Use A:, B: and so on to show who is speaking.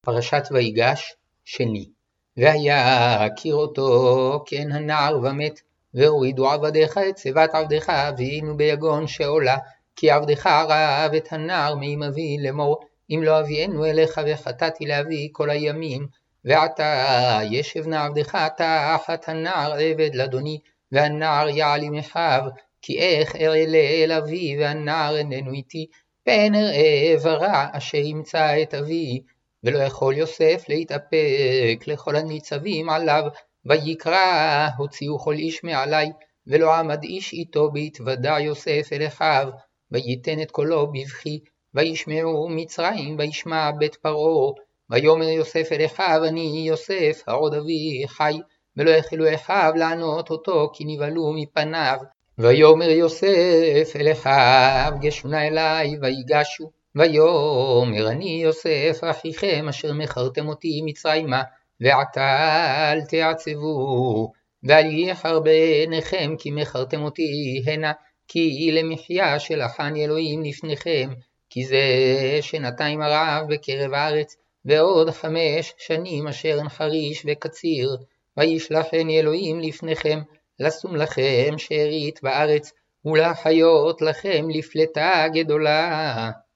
A: פרשת ויגש שני. והיה כראותו כן הנער ומת, והורידו עבדיך את שיבת עבדך, והיינו ביגון שאולה, כי עבדך רב את הנער מעם אבי לאמור, אם לא אביאנו אליך וחטאתי לאבי כל הימים, ועתה ישב נא עבדך תחת הנער עבד לאדוני, והנער יעלים אחיו, כי איך אראה אל אבי והנער איננו איתי, פן אראה ורע אשר ימצא את אבי. ולא יכול יוסף להתאפק לכל הניצבים עליו, ויקרא הוציאו כל איש מעלי, ולא עמד איש איתו, בהתוודע יוסף אל אחיו, וייתן את קולו בבכי, וישמעו מצרים וישמע בית פרעה, ויאמר יוסף אל אחיו, אני יוסף העוד אבי חי, ולא יכלו אחיו לענות אותו, כי נבהלו מפניו. ויאמר יוסף אל אחיו, גשו נא אלי, ויגשו. ויאמר אני יוסף אחיכם אשר מכרתם אותי מצרימה, ועתה אל תעצבו, ואל יחר בעיניכם כי מכרתם אותי הנה, כי למחיה שלחני אלוהים לפניכם, כי זה שנתיים הרעב בקרב הארץ, ועוד 5 שנים אשר הן חריש וקציר, וישלחני אלוהים לפניכם, לשום לכם שארית בארץ, ולחיות לכם לפלטה גדולה.